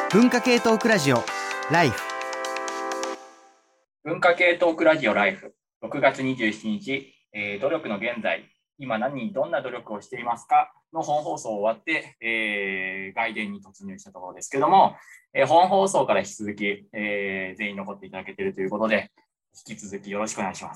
文化系トークラジオライフ。 文化系トークラジオライフ6月27日、努力の現在、今どんな努力をしていますかの本放送終わって、外伝に突入したところですけども、本放送から引き続き、全員残っていただけているということで、引き続きよろしくお願いします。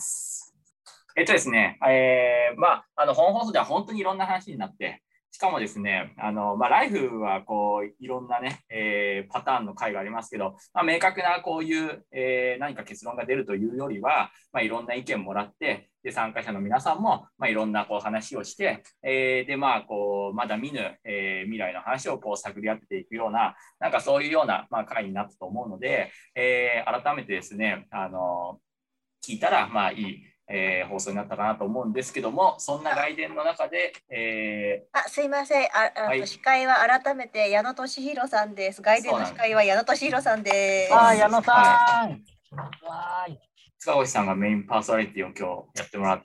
ですね、本放送では本当にいろんな話になって、しかもですね、ライフはこういろんなね、パターンの回がありますけど、明確なこういう、何か結論が出るというよりは、いろんな意見もらって、で参加者の皆さんも、いろんなこう話をして、でこうまだ見ぬ、未来の話をこう探り当てていくような、なんかそういうような、回になったと思うので、改めてですね、聞いたらいい放送になったかなと思うんですけども、そんな外伝の中で、 すいません。 はい、 司会は改めて矢野俊弘さんです。外伝の司会は矢野俊弘さんです。 矢野さん。 はい、 わーい。 塚越さんがメインパーソナリティを今日やってもらって、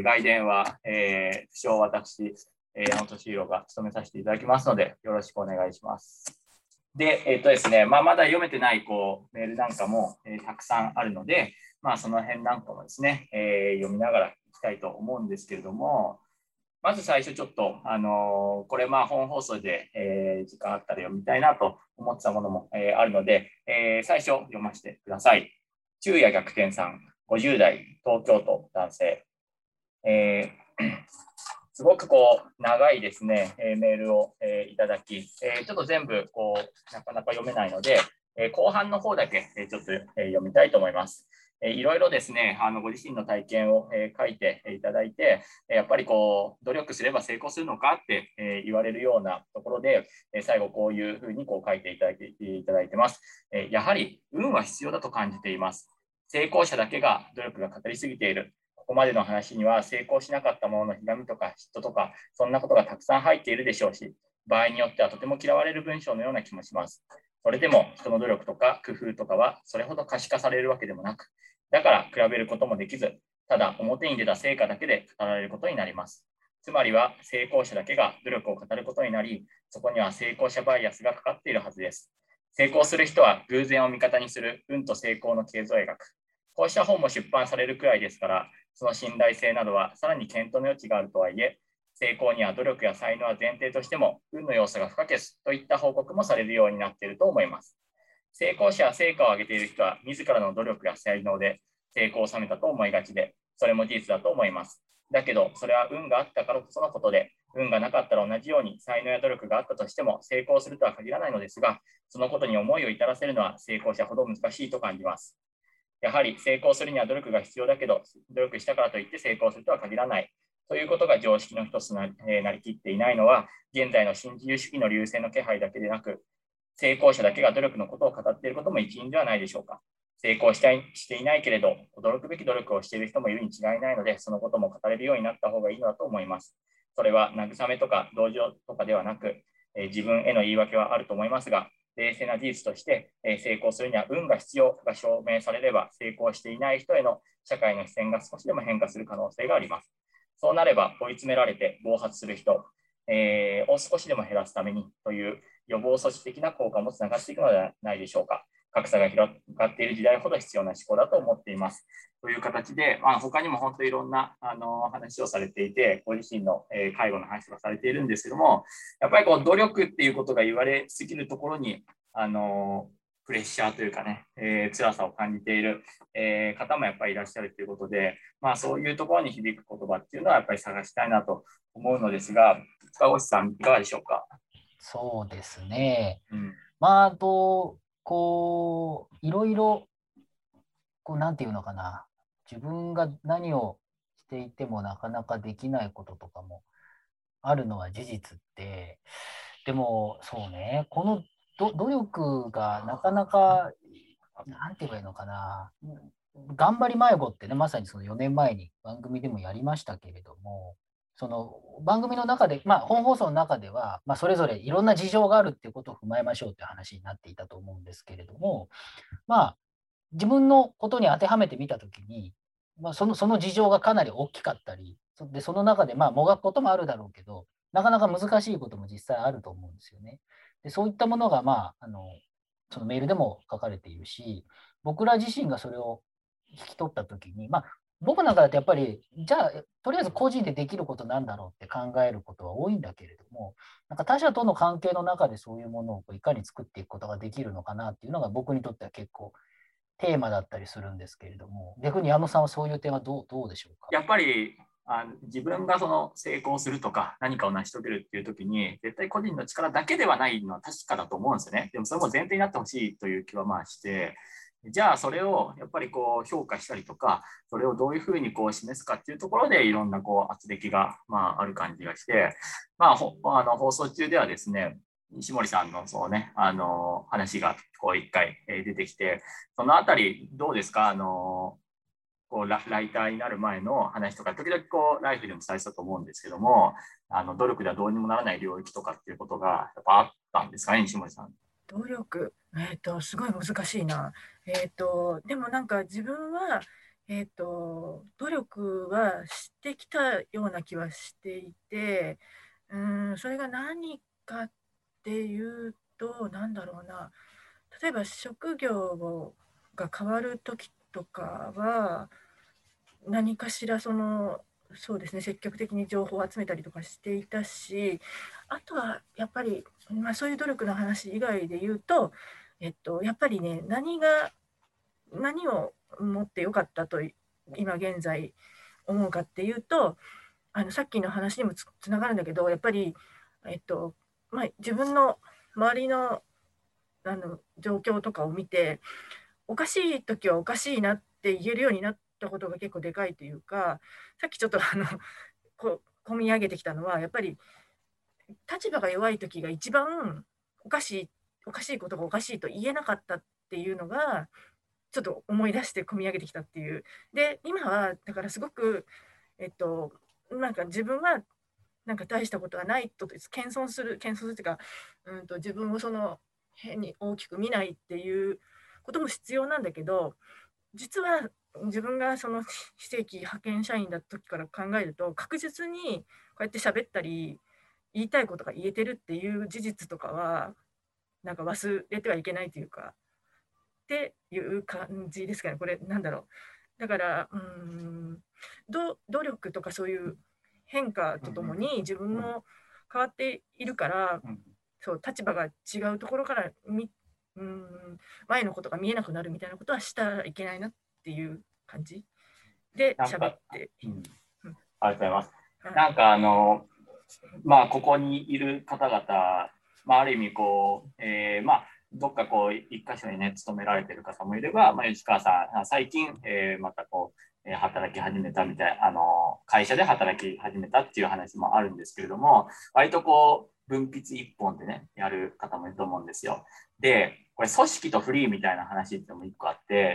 外伝は、不詳私、矢野俊弘が務めさせていただきますので、よろしくお願いします。で、ですね、まだ読めてないこうメールなんかも、たくさんあるので、その辺なんかもですね、読みながらいきたいと思うんですけれども、まず最初ちょっと、これ本放送で、時間あったら読みたいなと思ってたものも、あるので、最初読ませてください。昼夜逆転さん、50代、東京都男性。すごくこう長いですね、メールを、いただき、ちょっと全部こうなかなか読めないので、後半の方だけ、ちょっと、読みたいと思います。いろいろですね、ご自身の体験を、書いていただいて、やっぱりこう努力すれば成功するのかって、言われるようなところで、最後こういうふうにこう書いていただいてます。やはり運は必要だと感じています。成功者だけが努力が語りすぎている。ここまでの話には成功しなかったもののひがみとか嫉妬とか、そんなことがたくさん入っているでしょうし、場合によってはとても嫌われる文章のような気もします。それでも人の努力とか工夫とかはそれほど可視化されるわけでもなく、だから比べることもできず、ただ表に出た成果だけで語られることになります。つまりは成功者だけが努力を語ることになり、そこには成功者バイアスがかかっているはずです。成功する人は偶然を味方にする運と成功の系図を描く。こうした本も出版されるくらいですから、その信頼性などはさらに検討の余地があるとはいえ、成功には努力や才能は前提としても、運の要素が不可欠といった報告もされるようになっていると思います。成功者や成果を上げている人は、自らの努力や才能で成功を収めたと思いがちで、それも事実だと思います。だけど、それは運があったからこそのことで、運がなかったら同じように才能や努力があったとしても成功するとは限らないのですが、そのことに思いを至らせるのは成功者ほど難しいと感じます。やはり成功するには努力が必要だけど、努力したからといって成功するとは限らないということが常識の一つなりきっていないのは、現在の新自由主義の流星の気配だけでなく、成功者だけが努力のことを語っていることも一因ではないでしょうか。成功していないけれど、驚くべき努力をしている人もいるに違いないので、そのことも語れるようになった方がいいのだと思います。それは慰めとか同情とかではなく、自分への言い訳はあると思いますが、冷静な事実として、成功するには運が必要が証明されれば、成功していない人への社会の視線が少しでも変化する可能性があります。そうなれば、追い詰められて暴発する人、を少しでも減らすためにという予防措置的な効果もつながっていくのではないでしょうか。格差が広がっている時代ほど必要な思考だと思っています。という形で、他にも本当にいろんな話をされていて、ご自身の介護の話とかされているんですけども、やっぱりこう努力っていうことが言われすぎるところに、プレッシャーというかね、辛さを感じている、方もやっぱりいらっしゃるということで、そういうところに響く言葉っていうのはやっぱり探したいなと思うのですが、塚越さん、いかがでしょうか。 そうですね。 うん、 いろいろ、なんていうのかな、自分が何をしていてもなかなかできないこととかもあるのは事実で、でも、そうね、この努力がなかなか、なんて言えばいいのかな、頑張り迷子ってね、まさにその4年前に番組でもやりましたけれども、その番組の中で、本放送の中では、それぞれいろんな事情があるっていうことを踏まえましょうって話になっていたと思うんですけれども、自分のことに当てはめてみたときに、その事情がかなり大きかったり、その中でもがくこともあるだろうけど、なかなか難しいことも実際あると思うんですよね。 でそういったものが、そのメールでも書かれているし、僕ら自身がそれを引き取ったときに、僕なんかだとやっぱり、じゃあ、とりあえず個人でできることなんだろうって考えることは多いんだけれども、なんか他者との関係の中でそういうものをいかに作っていくことができるのかなっていうのが僕にとっては結構テーマだったりするんですけれども、逆に矢野さんはそういう点はどうでしょうか。 やっぱり自分がその成功するとか何かを成し遂げるっていう時に絶対個人の力だけではないのは確かだと思うんですよね。でもそれも前提になってほしいという気はして、じゃあそれをやっぱりこう評価したりとか、それをどういうふうにこう示すかっていうところでいろんなこう圧力がある感じがして、放送中ではですね、西森さんのそうね、話がこう一回出てきて、そのあたりどうですか？こうライターになる前の話とか、時々こうライフでも伝えてたと思うんですけども、努力ではどうにもならない領域とかっていうことがやっぱあったんですかね、西森さん。 努力、すごい難しいな。でもなんか自分は、努力はしてきたような気はしていて、それが何かっていうと、なんだろうな。例えば職業が変わる時とかは、何かしらそうですね、積極的に情報を集めたりとかしていたし、あとはやっぱり、そういう努力の話以外で言うと、やっぱりね、何を持ってよかったと今現在思うかっていうと、さっきの話にもつながるんだけど、やっぱり、自分の周りの状況とかを見て、おかしい時はおかしいなって言えるようになったことが結構でかいというか、さっきちょっと込み上げてきたのは、やっぱり立場が弱い時が一番おかしいおかしいことがおかしいと言えなかったっていうのが、ちょっと思い出して込み上げてきたっていう。で、今はだからすごく、なんか自分はなんか大したことはないと謙遜するっていうか、自分を変に大きく見ないっていうことも必要なんだけど、実は自分がその非正規派遣社員だった時から考えると、確実にこうやって喋ったり、言いたいことが言えてるっていう事実とかは、なんか忘れてはいけないというか、っていう感じですかね。これなんだろう。だから、努力とかそういう変化とともに自分も変わっているから、そう立場が違うところから前のことが見えなくなるみたいなことはしたらいけないなっていう感じで喋って。 ありがとうございます。なんかここにいる方々、ある意味こう、どっかこう一箇所にね勤められている方もいれば、吉川さん最近、またこう働き始めたみたい、会社で働き始めたっていう話もあるんですけれども、割とこう分泌一本でねやる方もいると思うんですよ。で、これ組織とフリーみたいな話っていうのも一個あって、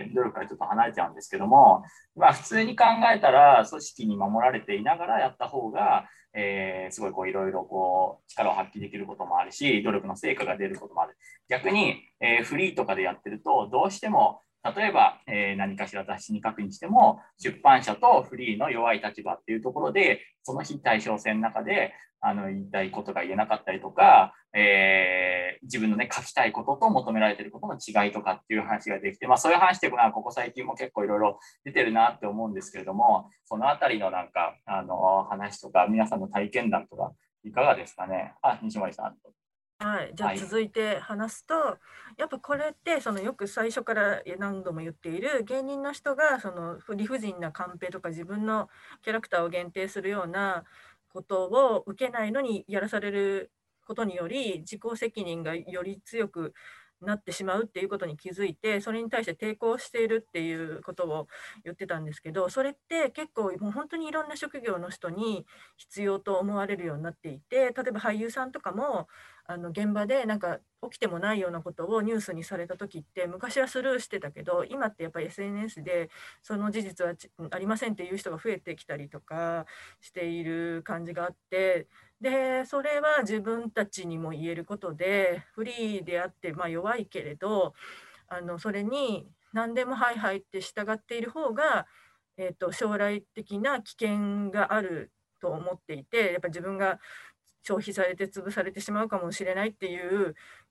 努力からちょっと離れちゃうんですけども、普通に考えたら組織に守られていながらやった方がすごいこういろいろこう力を発揮できることもあるし、努力の成果が出ることもある。逆に、フリーとかでやってるとどうしても例えば、何かしら雑誌に書くにしても出版社とフリーの弱い立場っていうところでその非対称戦の中で言いたいことが言えなかったりとか、自分のね書きたいことと求められていることの違いとかっていう話ができて、そういう話ってここ最近も結構いろいろ出てるなって思うんですけれども、そのあたりのなんか話とか皆さんの体験談とかいかがですかね。西森さん。 はい、じゃあ続いて話すと、やっぱこれってよく最初から何度も言っている芸人の人が理不尽なカンペとか自分のキャラクターを限定するようなことを受けないのにやらされることにより自己責任がより強くなってしまうっていうことに気づいて、それに対して抵抗しているっていうことを言ってたんですけど、それって結構もう本当にいろんな職業の人に必要と思われるようになっていて、例えば俳優さんとかも現場でなんか起きてもないようなことをニュースにされた時って昔はスルーしてたけど、今ってやっぱり SNS でその事実はありませんっていう人が増えてきたりとかしている感じがあって、でそれは自分たちにも言えることで、フリーであって、弱いけれどそれに何でもはいはいって従っている方が、将来的な危険があると思っていて、やっぱ自分が消費されて潰されてしまうかもしれないっていう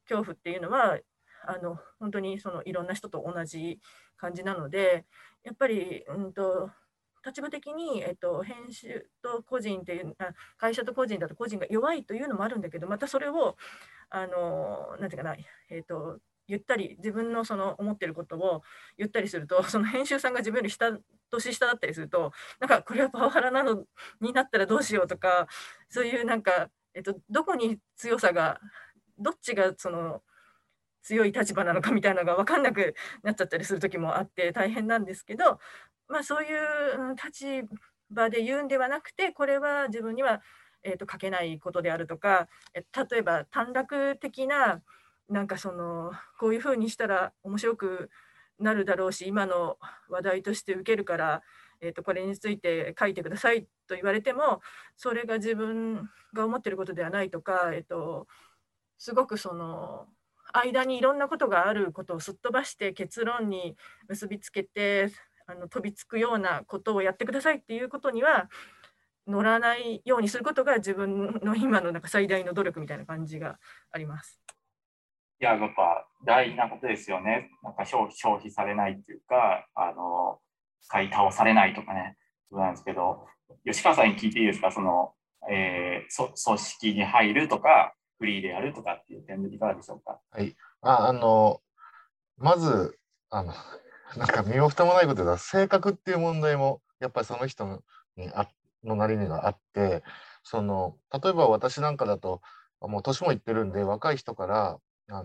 恐怖っていうのは本当にいろんな人と同じ感じなので、やっぱり、立場的に、編集と個人っていう会社と個人だと個人が弱いというのもあるんだけど、またそれをなんていうかな、言ったり自分の思ってることを言ったりすると、その編集さんが自分より年下だったりすると、なんかこれはパワハラなのになったらどうしようとか、そういうなんか、どこに強さが、どっちが強い立場なのかみたいなのが分かんなくなっちゃったりする時もあって大変なんですけど、そういう立場で言うんではなくて、これは自分には、書けないことであるとか、例えば短絡的な、なんかこういう風にしたら面白くなるだろうし、今の話題として受けるから、これについて書いてくださいと言われても、それが自分が思ってることではないとか、すごく間にいろんなことがあることをすっ飛ばして結論に結びつけて飛びつくようなことをやってくださいっていうことには乗らないようにすることが自分の今のなんか最大の努力みたいな感じがあります。 いや、やっぱ大事なことですよね。なんか消費されないっていうか、買い倒されないとかね、そうなんですけど、吉川さんに聞いていいですか、組織に入るとか、フリーでやるとかっていう点でいかがでしょうか。 はい。まず、なんか身も蓋もないことで、性格っていう問題も、やっぱりその人のなりにがあって、例えば私なんかだと、もう年もいってるんで、若い人から、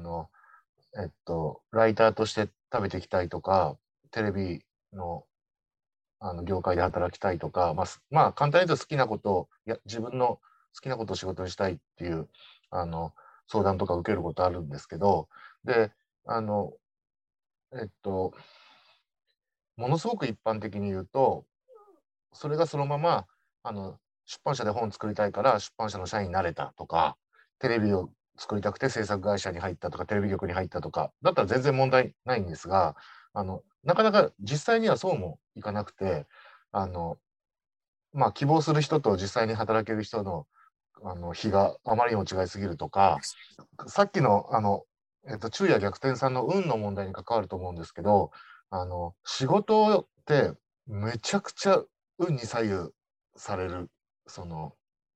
ライターとして食べていきたいとか、テレビの、業界で働きたいとか、簡単に言うと好きなことを、自分の好きなことを仕事にしたいっていう、相談とか受けることあるんですけど、で、ものすごく一般的に言うと、それがそのまま、出版社で本作りたいから出版社の社員になれたとか、テレビを作りたくて制作会社に入ったとか、テレビ局に入ったとか、だったら全然問題ないんですが、なかなか実際にはそうもいかなくて、希望する人と実際に働ける人の、比があまりにも違いすぎるとか、さっきの、昼夜逆転さんの運の問題に関わると思うんですけど、仕事ってめちゃくちゃ運に左右される、その、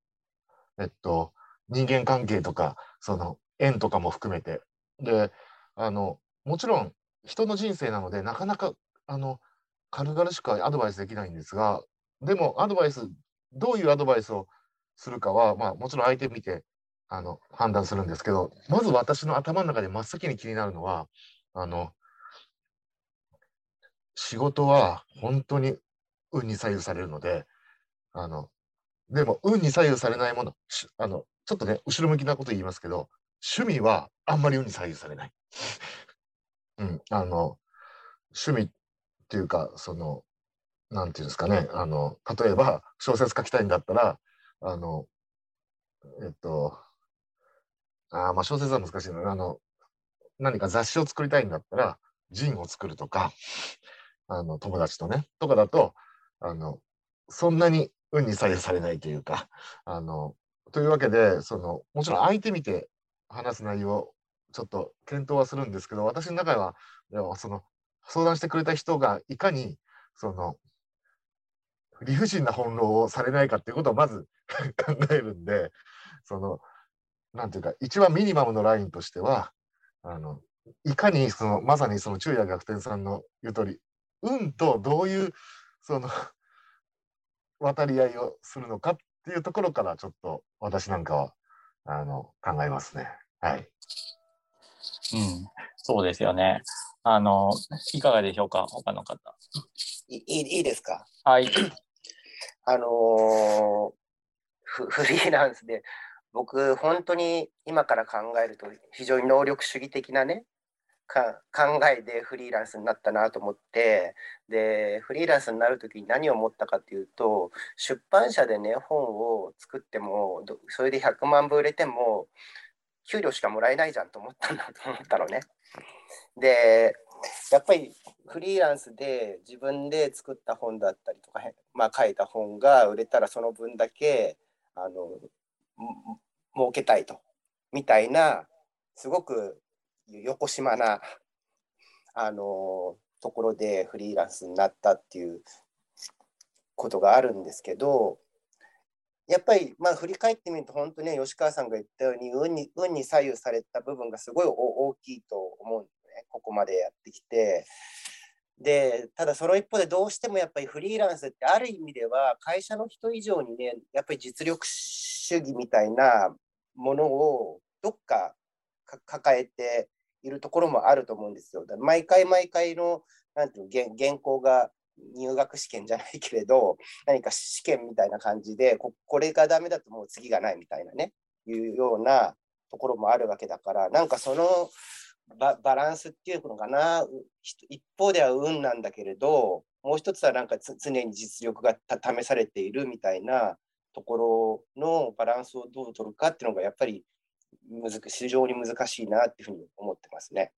人間関係とか、縁とかも含めて。で、もちろん人の人生なので、なかなか、軽々しくはアドバイスできないんですが、でもどういうアドバイスをするかは、もちろん相手見て、判断するんですけど、まず私の頭の中で真っ先に気になるのは、仕事は本当に運に左右されるので、でも運に左右されないもの、ちょっとね、後ろ向きなこと言いますけど、趣味はあんまり運に左右されない。趣味っていうか、なんていうんですかね、例えば小説書きたいんだったら、小説は難しいな。何か雑誌を作りたいんだったら、ジンを作るとか、友達とね、とかだと、そんなに運に左右されないというか、というわけで、もちろん相手見て話す内容、ちょっと検討はするんですけど、私の中では、相談してくれた人がいかに、理不尽な翻弄をされないかっていうことをまず考えるんで、なんていうか、一番ミニマムのラインとしては、いかにまさに昼夜逆転さんの言う通り、運とどういう渡り合いをするのかっていうところからちょっと私なんかは考えますね。はい。 そうですよね。いかがでしょうか、他の方。 いいですか。 はい。 フリーランスで僕本当に今から考えると非常に能力主義的なね考えでフリーランスになったなと思って、でフリーランスになる時に何を思ったかっていうと、出版社でね本を作ってもそれで100万部売れても給料しかもらえないじゃんと思ったのね。でやっぱりフリーランスで自分で作った本だったりとか、書いた本が売れたらその分だけ儲けたいとみたいなすごくよこしまなところでフリーランスになったっていうことがあるんですけど、やっぱり振り返ってみると本当ね、吉川さんが言ったように運に左右された部分がすごい大きいと思うんですね、ここまでやってきて。でただその一方でどうしてもやっぱりフリーランスってある意味では会社の人以上にね、やっぱり実力主義みたいなものをどっか抱えているところもあると思うんですよ。だから毎回のなんていうの原稿が入学試験じゃないけれど、何か試験みたいな感じで、これがダメだともう次がないみたいなね、いうようなところもあるわけだから、なんかそのバランスっていうのかな、一方では運なんだけれど、もう一つはなんか常に実力が試されているみたいなところのバランスをどう取るかっていうのがやっぱり非常に難しいなっていうふうに思ってますね。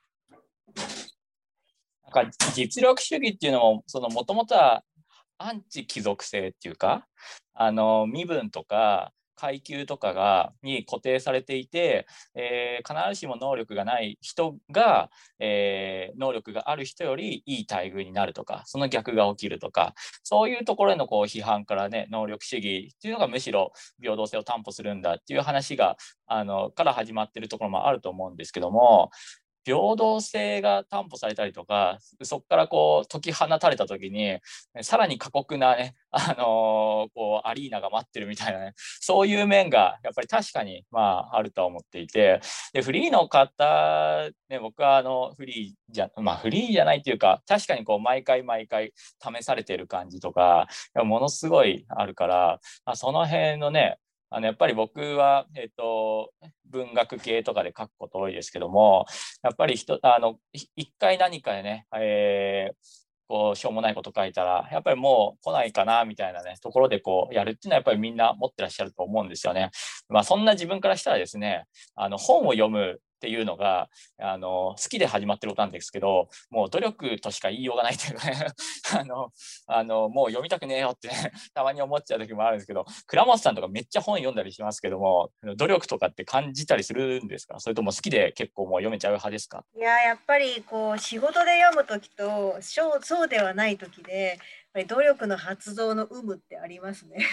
なんか実力主義っていうのももともとはアンチ貴族性っていうか、身分とか階級とかに固定されていて、必ずしも能力がない人が、能力がある人よりいい待遇になるとか、その逆が起きるとか、そういうところへの批判からね、能力主義っていうのがむしろ平等性を担保するんだっていう話がから始まってるところもあると思うんですけども、平等性が担保されたりとか、そこから解き放たれた時にさらに過酷なね、アリーナが待ってるみたいなね、そういう面がやっぱり確かにあるとは思っていて、でフリーの方、ね、僕はフリーじゃないっていうか、確かに毎回試されてる感じとかものすごいあるから、その辺のね、やっぱり僕は、文学系とかで書くこと多いですけども、やっぱり一回何かでね、しょうもないこと書いたら、やっぱりもう来ないかなみたいなね、ところでやるっていうのはやっぱりみんな持ってらっしゃると思うんですよね。そんな自分からしたらですね、本を読むっていうのが好きで始まってることなんですけど、もう努力としか言いようがないというかねもう読みたくねえよって、ね、たまに思っちゃう時もあるんですけど、倉本さんとかめっちゃ本読んだりしますけども、努力とかって感じたりするんですか？それとも好きで結構もう読めちゃう派ですか？ いややっぱり仕事で読む時とそうではない時で、やっぱり努力の発動の有無ってありますね。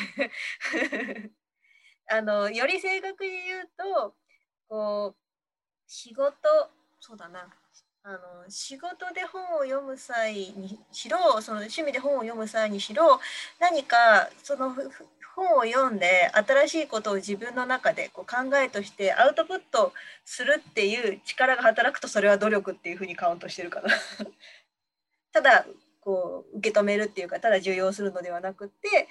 より正確に言うと仕事、そうだな、仕事で本を読む際にしろ、その趣味で本を読む際にしろ、何かその本を読んで新しいことを自分の中で考えとしてアウトプットするっていう力が働くと、それは努力っていうふうにカウントしてるかな。ただ受け止めるっていうか、ただ受容するのではなくて、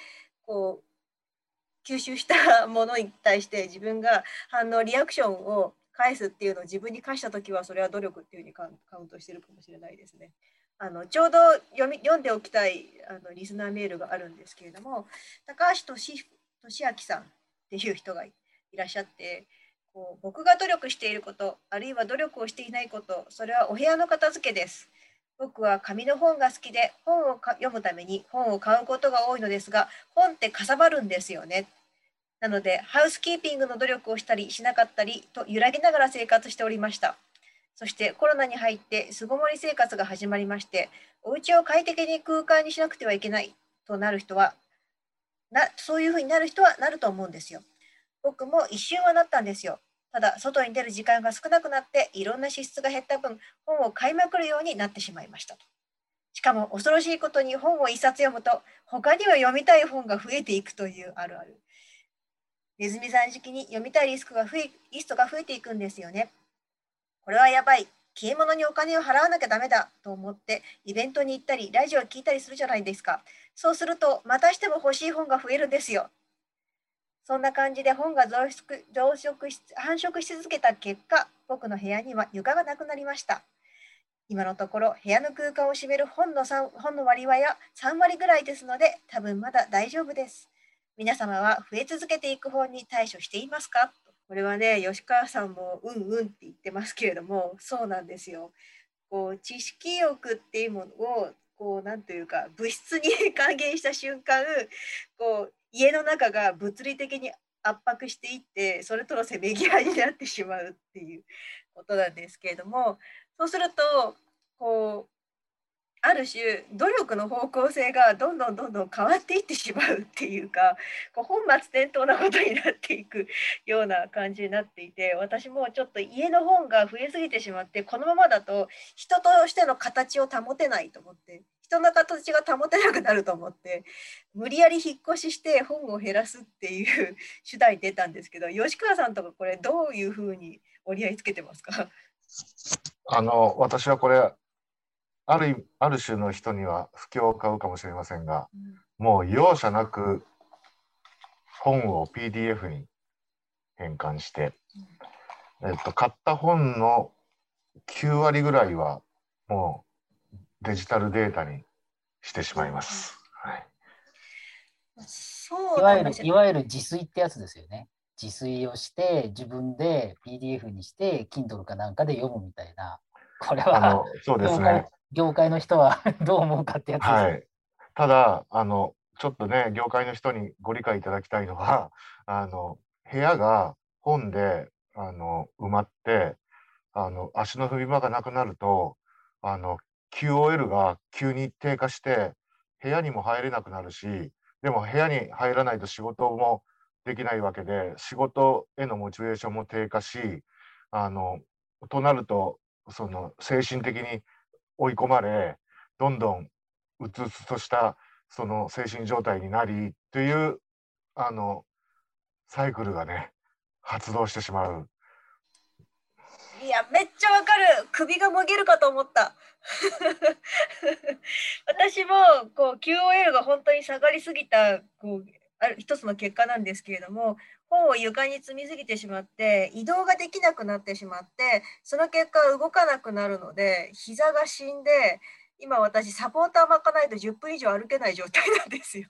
吸収したものに対して自分がリアクションを返すっていうのを自分に課したときは、それは努力っていうふうにカウントしてるかもしれないですね。ちょうど読んでおきたいリスナーメールがあるんですけれども、高橋俊明さんっていう人がいらっしゃって、僕が努力していること、あるいは努力をしていないこと、それはお部屋の片付けです。僕は紙の本が好きで、本を読むために本を買うことが多いのですが、本ってかさばるんですよね。なので、ハウスキーピングの努力をしたりしなかったりと揺らぎながら生活しておりました。そしてコロナに入って巣ごもり生活が始まりまして、お家を快適に空間にしなくてはいけないとなる人は、そういうふうになる人はなると思うんですよ。僕も一瞬はなったんですよ。ただ、外に出る時間が少なくなって、いろんな支出が減った分、本を買いまくるようになってしまいましたと。しかも恐ろしいことに、本を一冊読むと、他には読みたい本が増えていくというあるある。ネズミさん時に読みたいリストが増えていくんですよね。これはやばい。消え物にお金を払わなきゃダメだと思ってイベントに行ったりラジオを聞いたりするじゃないですか。そうするとまたしても欲しい本が増えるんですよ。そんな感じで本が繁殖し続けた結果、僕の部屋には床がなくなりました。今のところ部屋の空間を占める本の割合は3割ぐらいですので、多分まだ大丈夫です。皆様は増え続けていく本に対処していますか？これはね、吉川さんもうんうんって言ってますけれども、そうなんですよ。知識欲っていうものをなんというか物質に還元した瞬間、家の中が物理的に圧迫していってそれとのせめぎ合いになってしまうっていうことなんですけれども、そうするとこうある種努力の方向性がどんどん変わっていってしまうっていうか、こう本末転倒なことになっていくような感じになっていて、私もちょっと家の本が増えすぎてしまって、このままだと人としての形を保てないと思って、人の形が保てなくなると思って、無理やり引っ越しして本を減らすっていう手段に出たんですけど、吉川さんとかこれどういうふうに折り合いつけてますか？ 私はこれある種の人には不況を買うかもしれませんが、もう容赦なく本を PDF に変換して、買った本の9割ぐらいはもうデジタルデータにしてしまいます。はい、 そういわゆる自炊ってやつですよね。自炊をして自分で PDF にして Kindle かなんかで読むみたいな。これはそうですね。 業界の人はどう思うかってやつです。 はい。ただちょっとね、業界の人にご理解いただきたいのは部屋が本で埋まって足の踏み場がなくなるとQOL が急に低下して部屋にも入れなくなるし、でも部屋に入らないと仕事もできないわけで、仕事へのモチベーションも低下し、となるとその精神的に追い込まれ、どんどんうつうつとしたその精神状態になりというサイクルがね発動してしまう。 いや、めっちゃわかる。首がもげるかと思った。私もこう QOL が本当に下がりすぎたある一つの結果なんですけれども、本を床に積みすぎてしまって移動ができなくなってしまって、その結果動かなくなるので膝が死んで、今私サポーター巻かないと10分以上歩けない状態なんですよ。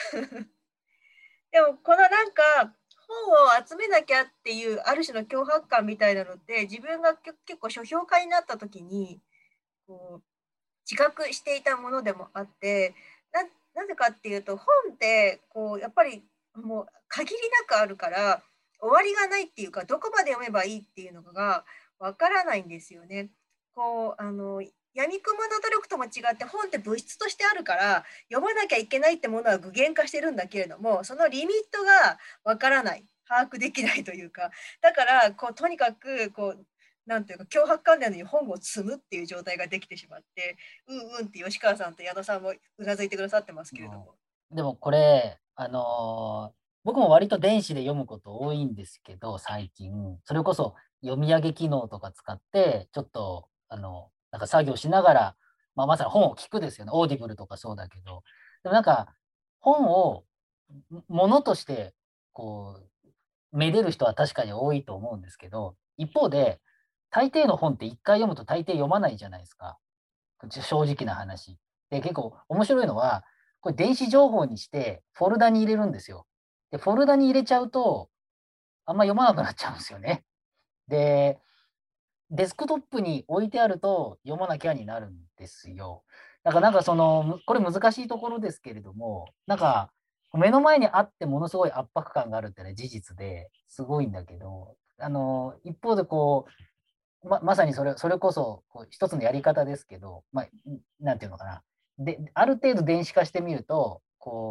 でもこのなんか本を集めなきゃっていうある種の強迫感みたいなのって、自分が結構書評家になった時にこう自覚していたものでもあって、なぜかっていうと、本ってこうやっぱりもう限りなくあるから終わりがないっていうか、どこまで読めばいいっていうのがわからないんですよね。こう闇雲の努力とも違って本って物質としてあるから読まなきゃいけないってものは具現化してるんだけれども、そのリミットがわからない、把握できないというか、だからとにかくなんていうか強迫観念のように本を積むっていう状態ができてしまって、うんって吉川さんと矢野さんもうなずいてくださってますけれども。 でもこれ僕も割と電子で読むこと多いんですけど、最近それこそ読み上げ機能とか使ってちょっとなんか作業しながら、まさに本を聞くですよね。オーディブルとかそうだけど、でもなんか本をものとしてこうめでる人は確かに多いと思うんですけど、一方で大抵の本って一回読むと大抵読まないじゃないですか。正直な話。で、結構面白いのは、これ電子情報にしてフォルダに入れるんですよ。で、フォルダに入れちゃうと、あんま読まなくなっちゃうんですよね。で、デスクトップに置いてあると読まなきゃになるんですよ。だからなんかこれ難しいところですけれども、なんか目の前にあってものすごい圧迫感があるってね、事実ですごいんだけど、一方でまさにそれこそ一つのやり方ですけど、なんていうのかな。で、ある程度電子化してみると、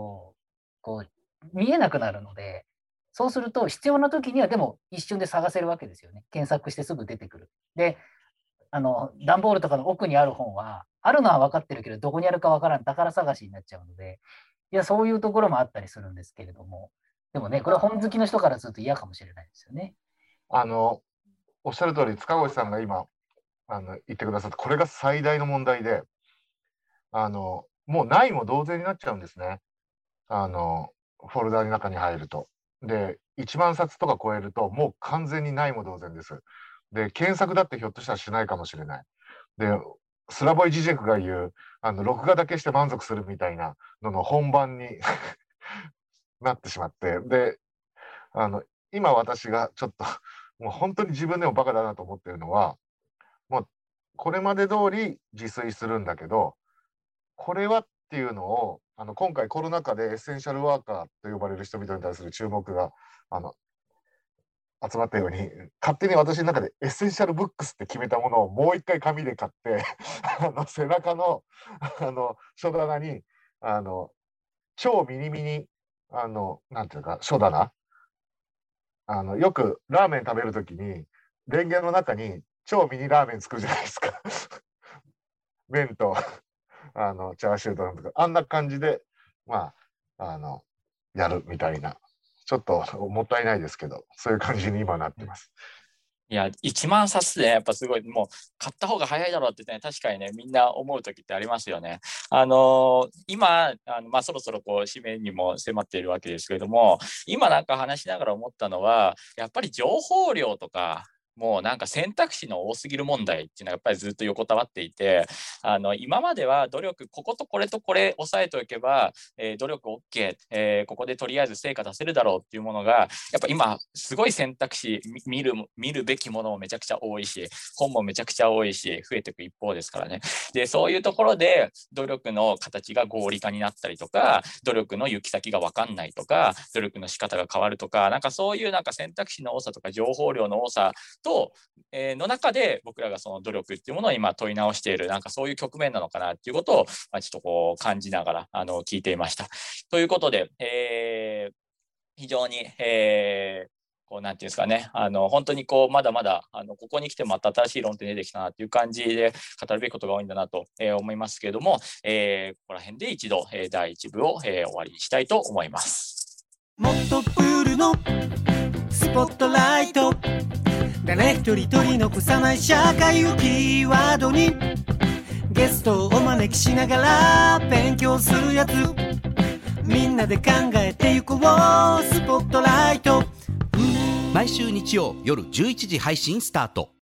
見えなくなるので、そうすると必要な時にはでも一瞬で探せるわけですよね。検索してすぐ出てくる。で、段ボールとかの奥にある本は、あるのは分かってるけど、どこにあるか分からん宝探しになっちゃうので、いや、そういうところもあったりするんですけれども、でもね、これ本好きの人からすると嫌かもしれないですよね。 おっしゃる通り、塚越さんが今言ってくださった、これが最大の問題で、もうないも同然になっちゃうんですね。フォルダの中に入ると。で、1万冊とか超えると、もう完全にないも同然です。で、検索だってひょっとしたらしないかもしれない。で、スラボイ・ジジェクが言う、録画だけして満足するみたいなのの本番になってしまって、で、今私がちょっと、もう本当に自分でもバカだなと思ってるのは、もうこれまで通り自炊するんだけど、これはっていうのを今回コロナ禍でエッセンシャルワーカーと呼ばれる人々に対する注目が集まったように、勝手に私の中でエッセンシャルブックスって決めたものをもう一回紙で買って背中の書棚に超ミニミニなんていうか書棚、よくラーメン食べるときにレンゲの中に超ミニラーメン作るじゃないですか麺とチャーシューとなんとか、あんな感じでやるみたいな、ちょっともったいないですけど、そういう感じに今なってます。 いや、1万冊でやっぱすごい、もう買った方が早いだろうってね、確かにね、みんな思う時ってありますよね。今そろそろ締めにも迫っているわけですけれども、今なんか話しながら思ったのは、やっぱり情報量とか、もうなんか選択肢の多すぎる問題っていうのはやっぱりずっと横たわっていて、今までは努力、こことこれとこれ押さえておけば、努力 OK、ここでとりあえず成果出せるだろうっていうものが、やっぱ今すごい選択肢、見るべきものもめちゃくちゃ多いし、本もめちゃくちゃ多いし、増えていく一方ですからね。で、そういうところで努力の形が合理化になったりとか、努力の行き先が分かんないとか、努力の仕方が変わるとか、なんかそういうなんか選択肢の多さとか情報量の多さの中で僕らがその努力っていうものを今問い直している、なんかそういう局面なのかなっていうことをちょっと感じながら聞いていました。ということで、非常に、なんていうんですかね、本当にまだまだここに来てまた新しい論点出てきたなっていう感じで語るべきことが多いんだなと、思いますけれども、ここら辺で一度、第1部を、終わりにしたいと思います。 もっとプールのスポットライト、誰一人取り残さない社会をキーワードにゲストをお招きしながら勉強するやつ、みんなで考えてゆこうスポットライト、毎週日曜夜11時配信スタート。